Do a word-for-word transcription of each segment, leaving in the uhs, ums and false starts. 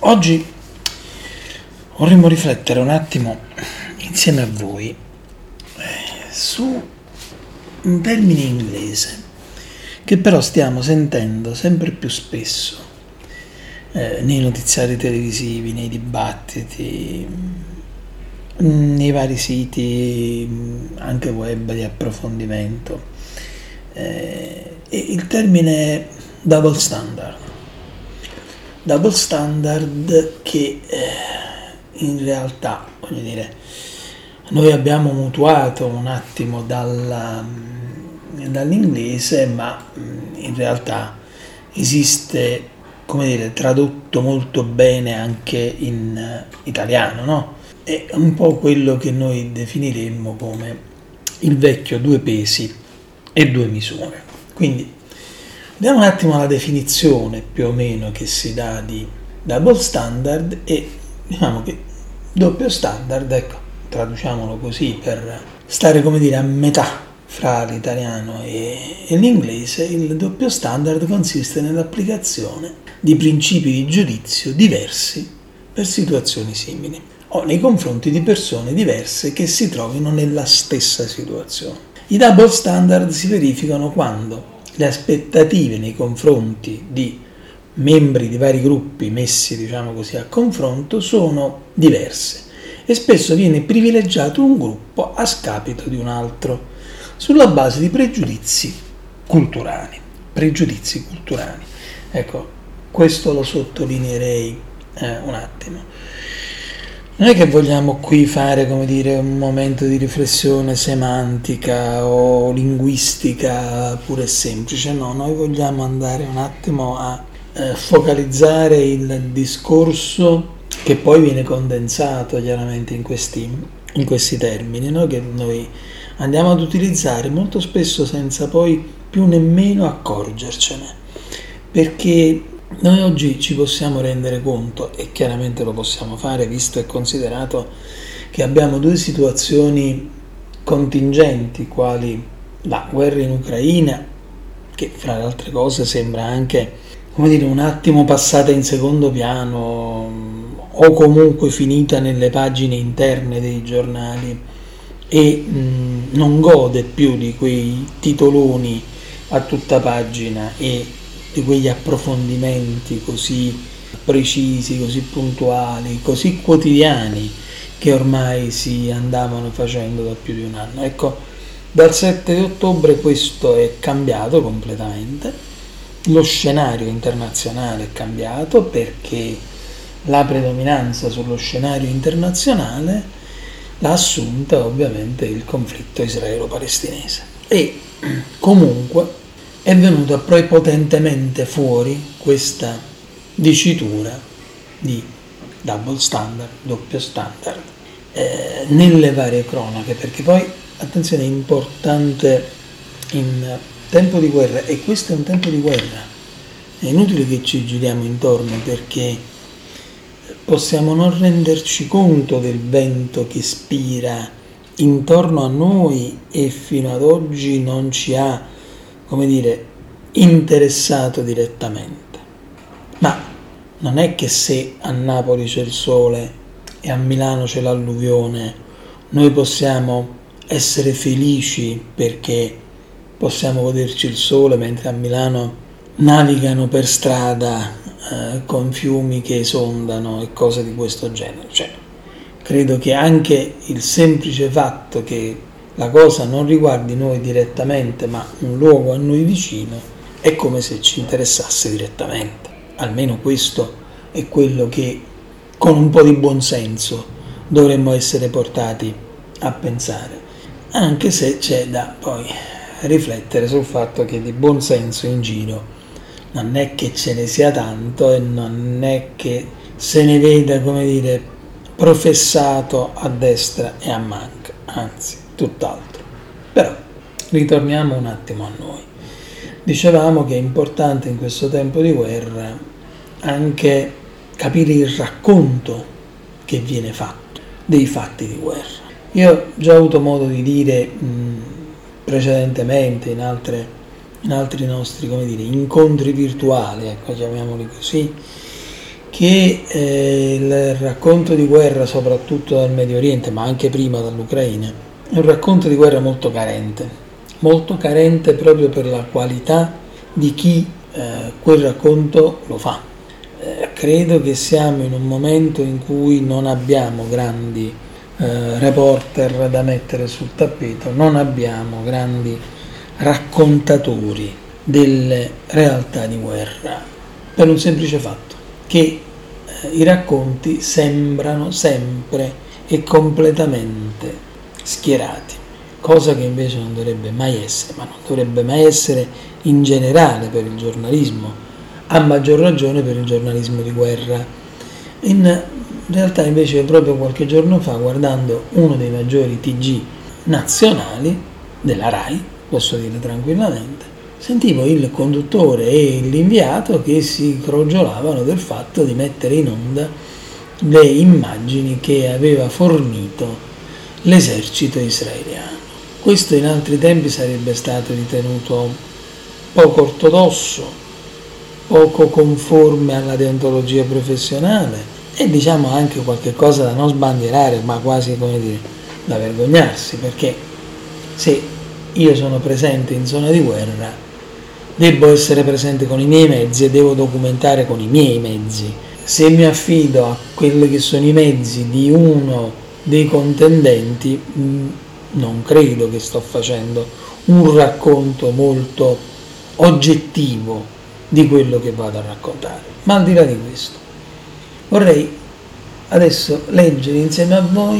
Oggi vorremmo riflettere un attimo insieme a voi eh, su un termine inglese che però stiamo sentendo sempre più spesso eh, nei notiziari televisivi, nei dibattiti, nei vari siti anche web di approfondimento. Eh, e il termine è double standard. Double standard che eh, in realtà, voglio dire, noi abbiamo mutuato un attimo dalla, dall'inglese, ma in realtà esiste, come dire, tradotto molto bene anche in italiano, no? È un po' quello che noi definiremmo come il vecchio due pesi e due misure. Quindi vediamo un attimo la definizione più o meno che si dà di double standard e diciamo che doppio standard, ecco, traduciamolo così per stare, come dire, a metà fra l'italiano e, e l'inglese. Il doppio standard consiste nell'applicazione di principi di giudizio diversi per situazioni simili o nei confronti di persone diverse che si trovino nella stessa situazione. I double standard si verificano quando le aspettative nei confronti di membri di vari gruppi messi, diciamo così, a confronto sono diverse e spesso viene privilegiato un gruppo a scapito di un altro sulla base di pregiudizi culturali. Pregiudizi culturali. Ecco, questo lo sottolineerei eh, un attimo. Non è che vogliamo qui fare, come dire, un momento di riflessione semantica o linguistica pura e semplice, no, noi vogliamo andare un attimo a eh, focalizzare il discorso che poi viene condensato chiaramente in questi, in questi termini, no? Che noi andiamo ad utilizzare molto spesso senza poi più nemmeno accorgercene, perché noi oggi ci possiamo rendere conto, e chiaramente lo possiamo fare visto e considerato che abbiamo due situazioni contingenti, quali la guerra in Ucraina, che fra le altre cose sembra anche, come dire, un attimo passata in secondo piano o comunque finita nelle pagine interne dei giornali e mh, non gode più di quei titoloni a tutta pagina e di quegli approfondimenti così precisi, così puntuali, così quotidiani che ormai si andavano facendo da più di un anno. Ecco, dal sette di ottobre questo è cambiato completamente, lo scenario internazionale è cambiato perché la predominanza sullo scenario internazionale l'ha assunta ovviamente il conflitto israelo-palestinese e comunque è venuta prepotentemente fuori questa dicitura di double standard, doppio standard, eh, nelle varie cronache, perché poi, attenzione, è importante in tempo di guerra, e questo è un tempo di guerra, è inutile che ci giriamo intorno perché possiamo non renderci conto del vento che spira intorno a noi e fino ad oggi non ci ha, come dire, interessato direttamente. Ma non è che se a Napoli c'è il sole e a Milano c'è l'alluvione, noi possiamo essere felici perché possiamo goderci il sole mentre a Milano navigano per strada eh, con fiumi che esondano e cose di questo genere. Cioè, credo che anche il semplice fatto che la cosa non riguardi noi direttamente, ma un luogo a noi vicino, è come se ci interessasse direttamente. Almeno questo è quello che, con un po' di buonsenso, dovremmo essere portati a pensare. Anche se c'è da poi riflettere sul fatto che di buonsenso in giro non è che ce ne sia tanto e non è che se ne veda, come dire, professato a destra e a manca, anzi, tutt'altro. Però ritorniamo un attimo a noi. Dicevamo che è importante in questo tempo di guerra anche capire il racconto che viene fatto dei fatti di guerra. Io ho già avuto modo di dire mh, precedentemente in, altre, in altri nostri, come dire, incontri virtuali, ecco, chiamiamoli così, che eh, il racconto di guerra, soprattutto dal Medio Oriente, ma anche prima dall'Ucraina, è un racconto di guerra molto carente, molto carente proprio per la qualità di chi eh, quel racconto lo fa. Eh, credo che siamo in un momento in cui non abbiamo grandi eh, reporter da mettere sul tappeto, non abbiamo grandi raccontatori delle realtà di guerra, per un semplice fatto, che eh, i racconti sembrano sempre e completamente schierati, cosa che invece non dovrebbe mai essere, ma non dovrebbe mai essere in generale per il giornalismo, a maggior ragione per il giornalismo di guerra. In realtà invece proprio qualche giorno fa, guardando uno dei maggiori T G nazionali della RAI, posso dire tranquillamente, sentivo il conduttore e l'inviato che si crogiolavano del fatto di mettere in onda le immagini che aveva fornito l'esercito israeliano. Questo in altri tempi sarebbe stato ritenuto poco ortodosso, poco conforme alla deontologia professionale e diciamo anche qualche cosa da non sbandierare, ma quasi, come dire, da vergognarsi, perché se io sono presente in zona di guerra devo essere presente con i miei mezzi e devo documentare con i miei mezzi. Se mi affido a quelli che sono i mezzi di uno dei contendenti, non credo che sto facendo un racconto molto oggettivo di quello che vado a raccontare. Ma al di là di questo, vorrei adesso leggere insieme a voi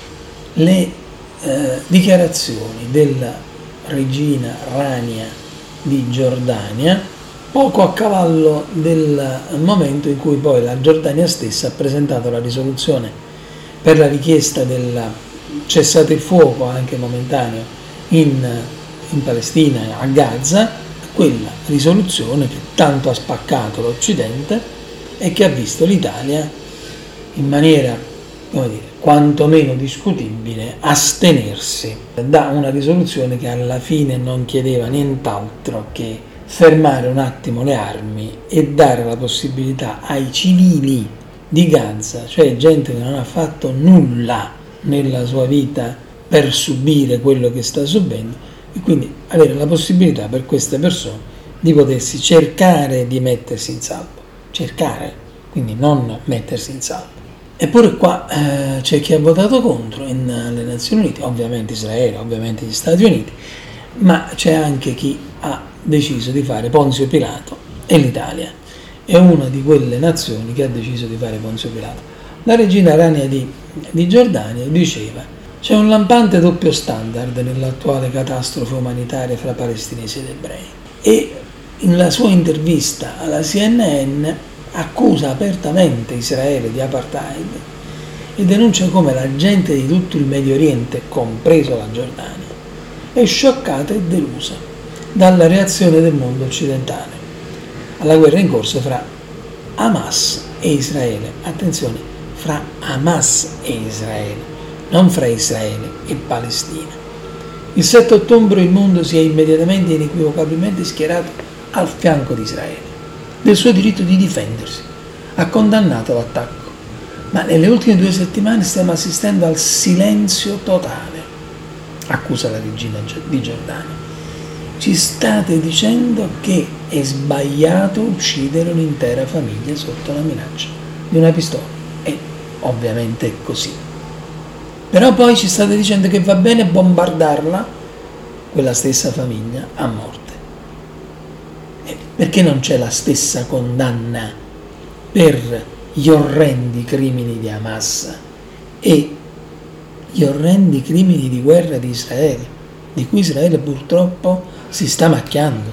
le eh, dichiarazioni della regina Rania di Giordania, poco a cavallo del momento in cui poi la Giordania stessa ha presentato la risoluzione per la richiesta del cessate il fuoco anche momentaneo in, in Palestina, a Gaza, quella risoluzione che tanto ha spaccato l'Occidente e che ha visto l'Italia in maniera, come dire, quantomeno discutibile, astenersi da una risoluzione che alla fine non chiedeva nient'altro che fermare un attimo le armi e dare la possibilità ai civili di Gaza, cioè gente che non ha fatto nulla nella sua vita per subire quello che sta subendo, e quindi avere la possibilità per queste persone di potersi cercare di mettersi in salvo, cercare, quindi non mettersi in salvo. Eppure qua eh, c'è chi ha votato contro in, alle Nazioni Unite, ovviamente Israele, ovviamente gli Stati Uniti, ma c'è anche chi ha deciso di fare Ponzio Pilato, e l'Italia è una di quelle nazioni che ha deciso di fare Ponzio Pilato. La regina Rania di, di Giordania diceva: c'è un lampante doppio standard nell'attuale catastrofe umanitaria fra palestinesi ed ebrei, e nella sua intervista alla C N N accusa apertamente Israele di apartheid e denuncia come la gente di tutto il Medio Oriente, compreso la Giordania, è scioccata e delusa dalla reazione del mondo occidentale alla guerra in corso fra Hamas e Israele. Attenzione, fra Hamas e Israele, non fra Israele e Palestina. Il sette ottobre il mondo si è immediatamente e inequivocabilmente schierato al fianco di Israele, del suo diritto di difendersi, ha condannato l'attacco, ma nelle ultime due settimane stiamo assistendo al silenzio totale, accusa la regina di Giordania. Ci state dicendo che è sbagliato uccidere un'intera famiglia sotto la minaccia di una pistola, e ovviamente è così. Però poi ci state dicendo che va bene bombardarla, quella stessa famiglia, a morte. Perché non c'è la stessa condanna per gli orrendi crimini di Hamas e gli orrendi crimini di guerra di Israele, di cui Israele purtroppo si sta macchiando?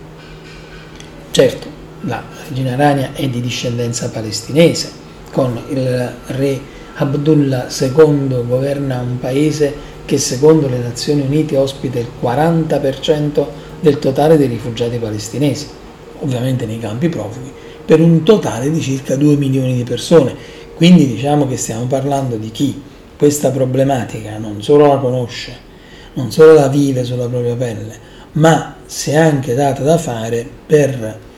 Certo, la regina Rania è di discendenza palestinese, con il re Abdullah secondo governa un paese che secondo le Nazioni Unite ospita il quaranta per cento del totale dei rifugiati palestinesi, ovviamente nei campi profughi, per un totale di circa due milioni di persone. Quindi diciamo che stiamo parlando di chi questa problematica non solo la conosce, non solo la vive sulla propria pelle, ma si è anche data da fare per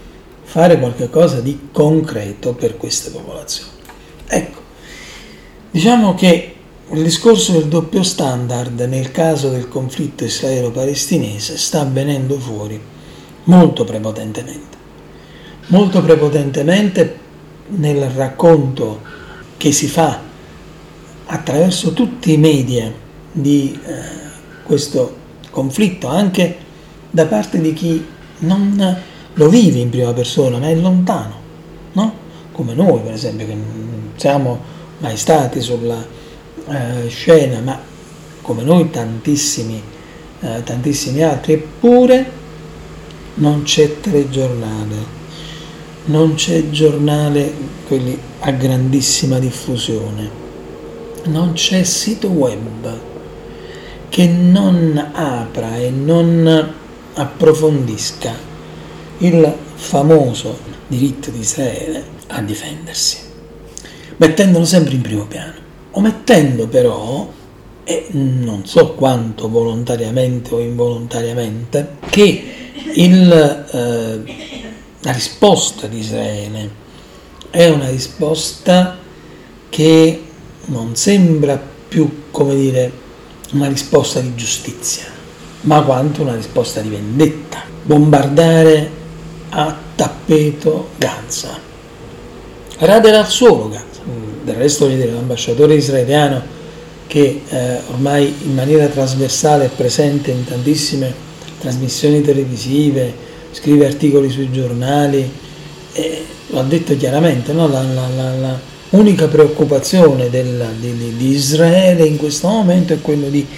fare qualcosa di concreto per queste popolazioni. Ecco, diciamo che il discorso del doppio standard nel caso del conflitto israelo-palestinese sta venendo fuori molto prepotentemente, molto prepotentemente nel racconto che si fa attraverso tutti i media di eh, questo conflitto, anche da parte di chi non lo vive in prima persona, ma è lontano, no? Come noi, per esempio, che non siamo mai stati sulla eh, scena, ma come noi tantissimi, eh, tantissimi altri, eppure non c'è telegiornale, non c'è giornale, quelli a grandissima diffusione, non c'è sito web che non apra e non approfondisca il famoso diritto di Israele a difendersi, mettendolo sempre in primo piano, omettendo però, e non so quanto volontariamente o involontariamente, che il, eh, la risposta di Israele è una risposta che non sembra più, come dire, una risposta di giustizia, ma quanto una risposta di vendetta. Bombardare a tappeto Gaza, radere al suolo Gaza. Del resto, voglio dire, l'ambasciatore israeliano, che eh, ormai in maniera trasversale è presente in tantissime trasmissioni televisive, scrive articoli sui giornali, eh, lo ha detto chiaramente, no? la, la, la, la unica preoccupazione del, di, di Israele in questo momento è quello di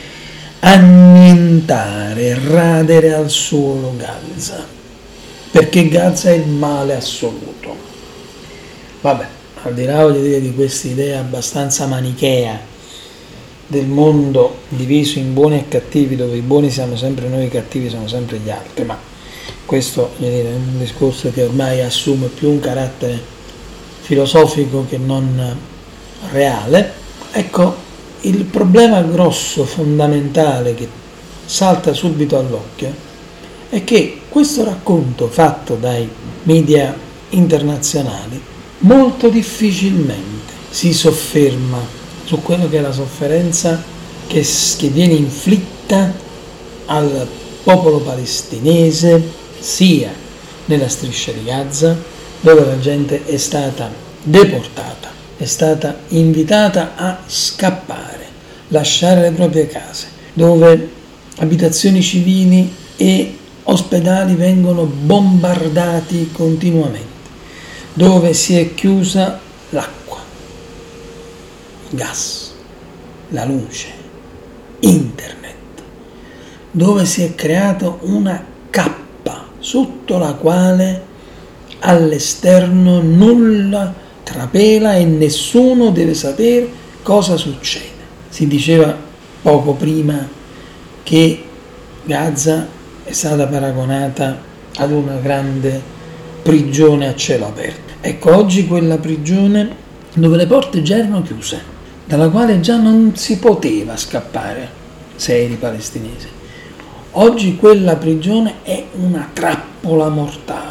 annientare, radere al suolo Gaza, perché Gaza è il male assoluto. Vabbè, al di là, voglio dire, di questa idea abbastanza manichea del mondo diviso in buoni e cattivi, dove i buoni siamo sempre noi, i cattivi sono sempre gli altri, ma questo, voglio dire, è un discorso che ormai assume più un carattere filosofico che non reale. Ecco, il problema grosso, fondamentale, che salta subito all'occhio è che questo racconto fatto dai media internazionali molto difficilmente si sofferma su quello che è la sofferenza che, che viene inflitta al popolo palestinese, sia nella striscia di Gaza, dove la gente è stata deportata, è stata invitata a scappare, lasciare le proprie case, dove abitazioni civili e ospedali vengono bombardati continuamente, dove si è chiusa l'acqua, il gas, la luce, internet, dove si è creato una cappa sotto la quale all'esterno nulla trapela e nessuno deve sapere cosa succede. Si diceva poco prima che Gaza è stata paragonata ad una grande prigione a cielo aperto. Ecco, oggi quella prigione, dove le porte già erano chiuse, dalla quale già non si poteva scappare se eri palestinese, oggi quella prigione è una trappola mortale.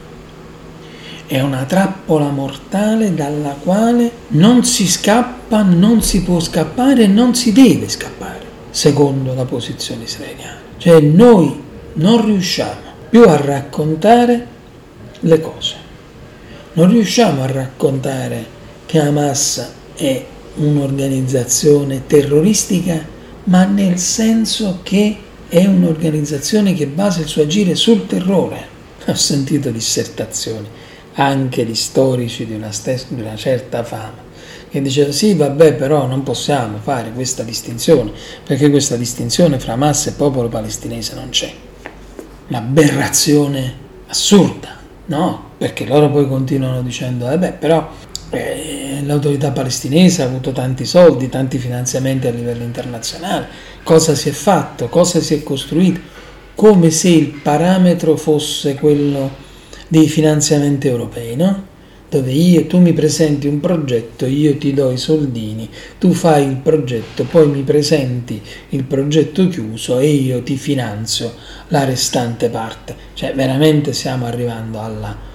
È una trappola mortale dalla quale non si scappa, non si può scappare e non si deve scappare, secondo la posizione israeliana. Cioè noi non riusciamo più a raccontare le cose, non riusciamo a raccontare che Hamas è un'organizzazione terroristica, ma nel senso che è un'organizzazione che basa il suo agire sul terrore. Ho sentito dissertazioni anche di storici di una, stes- di una certa fama, che diceva sì, vabbè, però non possiamo fare questa distinzione, perché questa distinzione fra Hamas e popolo palestinese non c'è. Un'aberrazione assurda, no? Perché loro poi continuano dicendo, vabbè, però eh, l'autorità palestinese ha avuto tanti soldi, tanti finanziamenti a livello internazionale, cosa si è fatto, cosa si è costruito, come se il parametro fosse quello dei finanziamenti europei, no? Dove io, tu mi presenti un progetto, io ti do i soldini, tu fai il progetto, poi mi presenti il progetto chiuso e io ti finanzio la restante parte. Cioè veramente stiamo arrivando alla,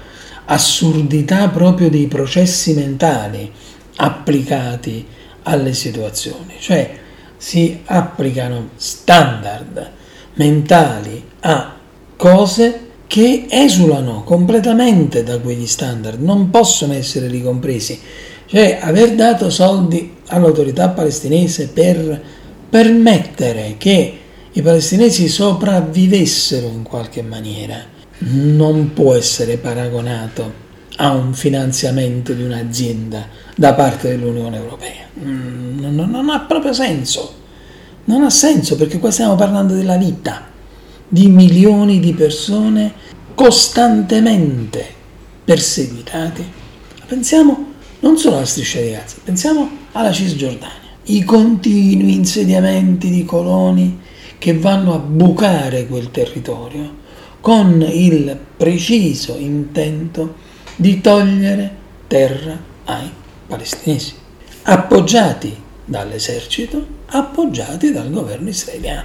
assurdità proprio dei processi mentali applicati alle situazioni, cioè si applicano standard mentali a cose che esulano completamente da quegli standard, non possono essere ricompresi. Cioè, aver dato soldi all'autorità palestinese per permettere che i palestinesi sopravvivessero in qualche maniera non può essere paragonato a un finanziamento di un'azienda da parte dell'Unione Europea. Non, non, non ha proprio senso. Non ha senso, perché qua stiamo parlando della vita di milioni di persone costantemente perseguitate. Pensiamo non solo alla striscia di Gaza, pensiamo alla Cisgiordania. I continui insediamenti di coloni che vanno a bucare quel territorio con il preciso intento di togliere terra ai palestinesi, appoggiati dall'esercito, appoggiati dal governo israeliano.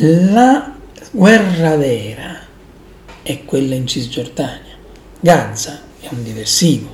La guerra vera è quella in Cisgiordania. Gaza è un diversivo.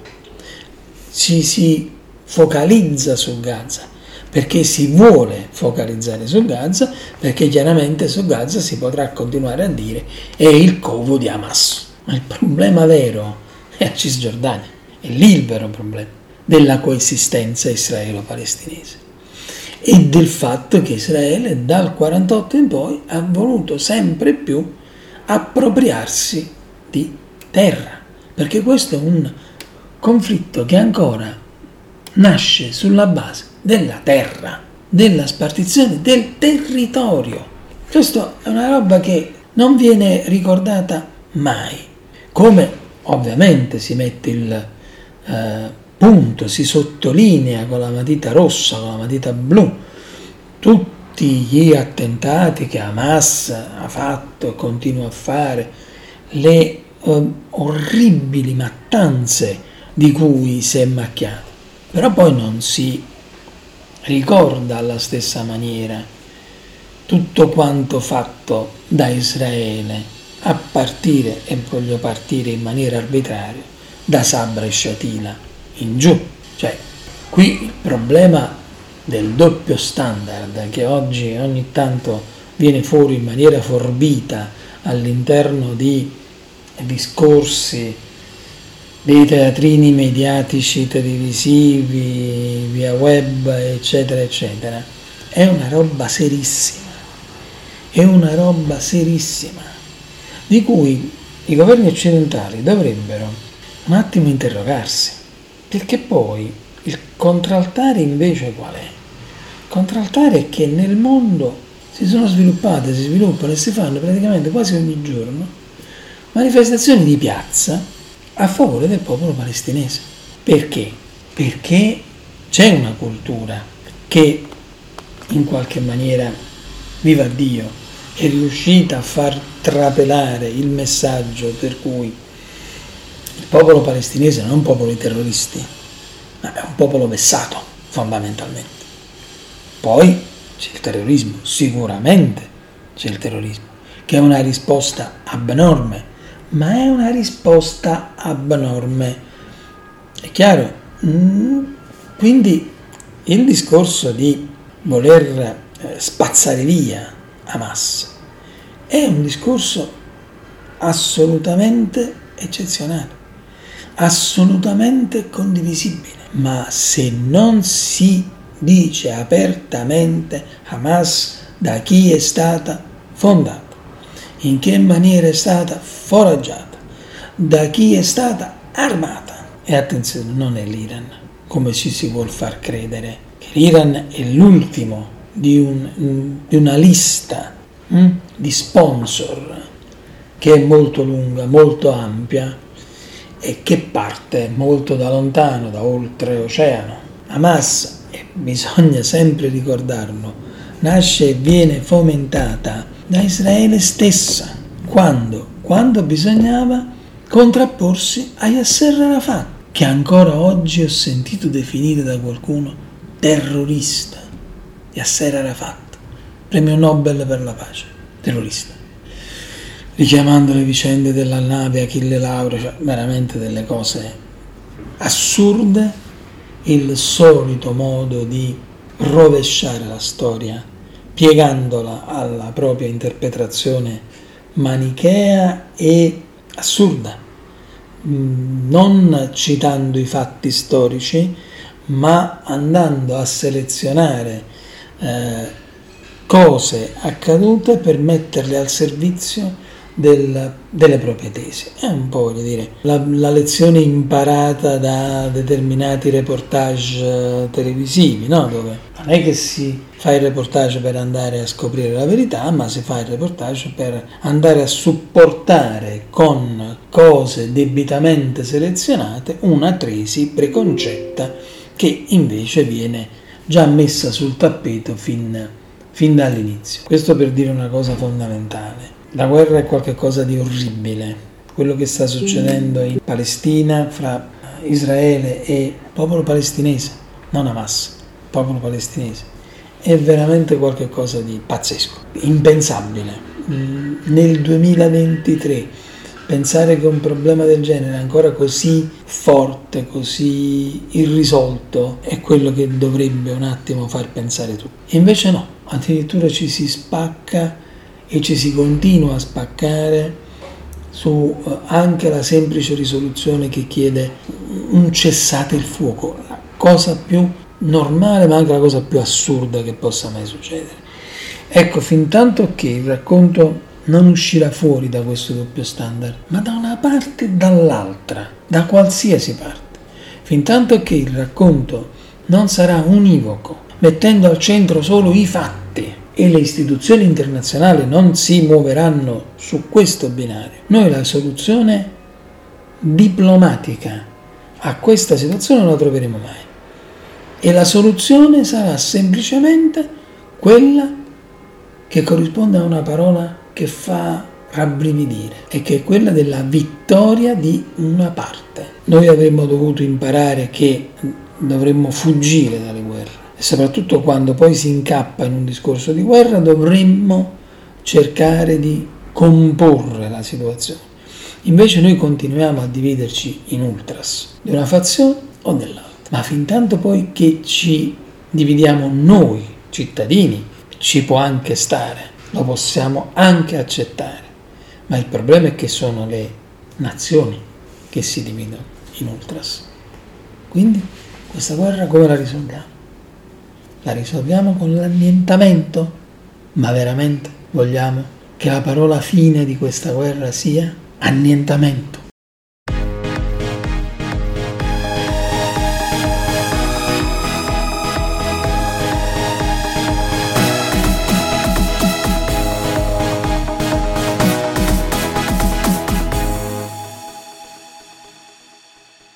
Ci si focalizza su Gaza perché si vuole focalizzare su Gaza, perché chiaramente su Gaza si potrà continuare a dire è il covo di Hamas. Ma il problema vero è a Cisgiordania, è lì il vero problema della coesistenza israelo-palestinese e del fatto che Israele dal quarantotto in poi ha voluto sempre più appropriarsi di terra, perché questo è un conflitto che ancora nasce sulla base della terra, della spartizione del territorio. Questo è una roba che non viene ricordata mai. Come ovviamente si mette il eh, punto, si sottolinea con la matita rossa, con la matita blu, tutti gli attentati che Hamas ha fatto e continua a fare, le eh, orribili mattanze di cui si è macchiato. Però poi non si ricorda alla stessa maniera tutto quanto fatto da Israele, a partire, e voglio partire in maniera arbitraria, da Sabra e Shatila in giù. Cioè, qui il problema del doppio standard che oggi ogni tanto viene fuori in maniera forbita all'interno di discorsi dei teatrini mediatici televisivi, via web, eccetera, eccetera, è una roba serissima, è una roba serissima, di cui i governi occidentali dovrebbero un attimo interrogarsi, perché poi il contraltare invece qual è? Il contraltare è che nel mondo si sono sviluppate, si sviluppano e si fanno praticamente quasi ogni giorno manifestazioni di piazza a favore del popolo palestinese. Perché? Perché c'è una cultura che in qualche maniera, viva Dio, è riuscita a far trapelare il messaggio per cui il popolo palestinese non è un popolo di terroristi, ma è un popolo vessato, fondamentalmente. Poi c'è il terrorismo, sicuramente c'è il terrorismo, che è una risposta abnorme, ma è una risposta abnorme. È chiaro? Quindi il discorso di voler spazzare via Hamas è un discorso assolutamente eccezionale, assolutamente condivisibile, ma se non si dice apertamente Hamas da chi è stata fondata, in che maniera è stata foraggiata, da chi è stata armata. E attenzione, non è l'Iran, come ci si vuol far credere, che l'Iran è l'ultimo di, un, di una lista hm, di sponsor che è molto lunga, molto ampia e che parte molto da lontano, da oltreoceano. Hamas, e bisogna sempre ricordarlo, nasce e viene fomentata da Israele stessa, quando? Quando bisognava contrapporsi a Yasser Arafat, che ancora oggi ho sentito definire da qualcuno terrorista. Yasser Arafat, premio Nobel per la pace, terrorista. richiamando le vicende della nave Achille Lauro, cioè veramente delle cose assurde, il solito modo di rovesciare la storia, piegandola alla propria interpretazione manichea e assurda, non citando i fatti storici, ma andando a selezionare eh, cose accadute per metterle al servizio del, delle proprie tesi. È un po', voglio dire, la, la lezione imparata da determinati reportage televisivi, no? Dove non è che si fa il reportage per andare a scoprire la verità, ma si fa il reportage per andare a supportare con cose debitamente selezionate una tesi preconcetta che invece viene già messa sul tappeto fin, fin dall'inizio. Questo per dire una cosa fondamentale. La guerra è qualcosa di orribile. Quello che sta succedendo in Palestina fra Israele e il popolo palestinese, non Hamas, popolo palestinese, è veramente qualcosa di pazzesco, impensabile. Nel duemilaventitré pensare che un problema del genere ancora così forte, così irrisolto, è quello che dovrebbe un attimo far pensare tutti. Invece no, addirittura ci si spacca e ci si continua a spaccare su anche la semplice risoluzione che chiede un cessate il fuoco, la cosa più normale ma anche la cosa più assurda che possa mai succedere. Ecco, fin tanto che il racconto non uscirà fuori da questo doppio standard, ma da una parte e dall'altra, da qualsiasi parte, fin tanto che il racconto non sarà univoco, mettendo al centro solo i fatti, e le istituzioni internazionali non si muoveranno su questo binario, noi la soluzione diplomatica a questa situazione non la troveremo mai. E la soluzione sarà semplicemente quella che corrisponde a una parola che fa rabbrividire, e che è quella della vittoria di una parte. Noi avremmo dovuto imparare che dovremmo fuggire dalle guerre, e soprattutto quando poi si incappa in un discorso di guerra dovremmo cercare di comporre la situazione. Invece noi continuiamo a dividerci in ultras, di una fazione o dell'altra. Ma fin tanto poi che ci dividiamo noi, cittadini, ci può anche stare, lo possiamo anche accettare. Ma il problema è che sono le nazioni che si dividono in ultras. Quindi questa guerra come la risolviamo? La risolviamo con l'annientamento? Ma veramente vogliamo che la parola fine di questa guerra sia annientamento?